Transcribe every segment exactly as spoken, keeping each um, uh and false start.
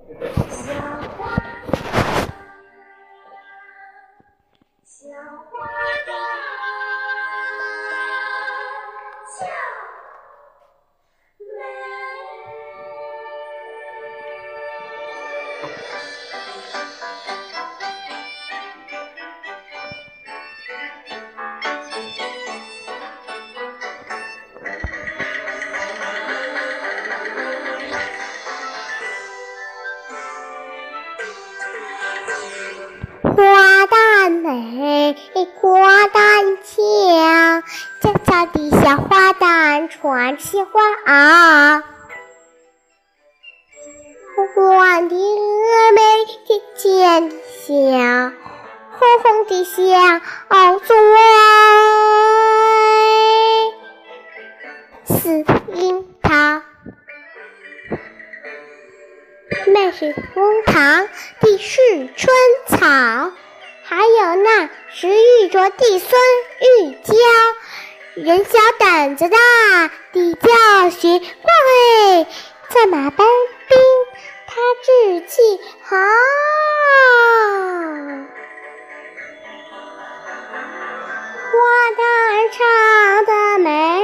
小花旦，小花旦，俏美。 花旦美，花旦俏，悄悄地小花旦穿起花袄。弯的峨眉，尖尖的笑，红红的小嘴，似樱桃。美是风堂，地是春草，还有那石玉镯的孙玉娇。人小胆子大，地教学怪，策马搬兵，他志气好。花旦唱得美，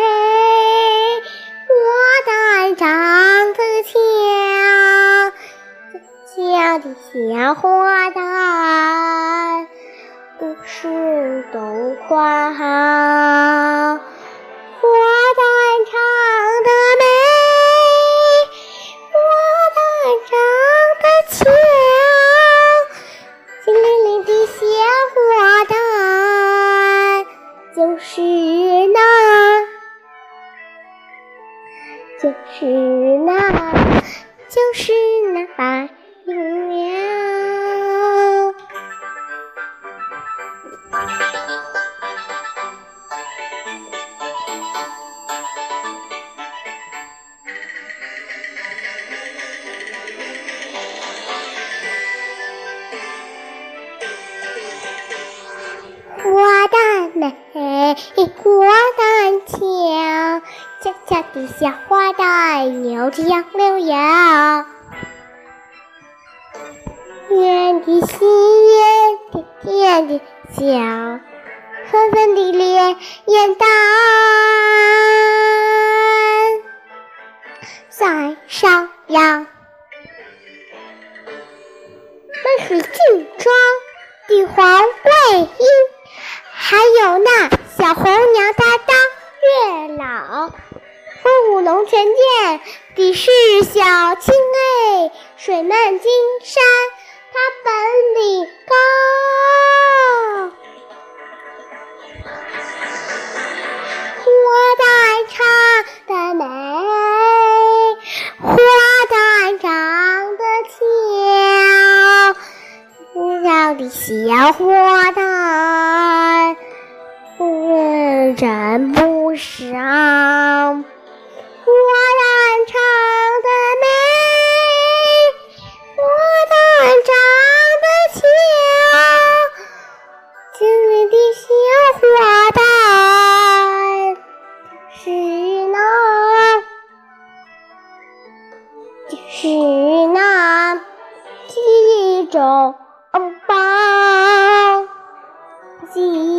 花旦长得俏，俏的小花旦不是都夸好。花旦唱得美，花旦长得俏，金玲玲的小花旦就是那，就是那，就是那白灵鸟。花旦美，花旦俏，悄悄地小花旦扭着杨柳腰。圆的心，圆的甜的笑，粉粉的脸眼蛋在上扬。那是劲装的黄桂英，还有那小红娘她当月老。会舞龙泉剑的是小青哎，水漫金山她本领高。花旦唱得美，花旦长得俏，俏的小花旦认真不少。花旦唱得美，花旦长得俏，精灵的小花旦是那，就是那几种宝，几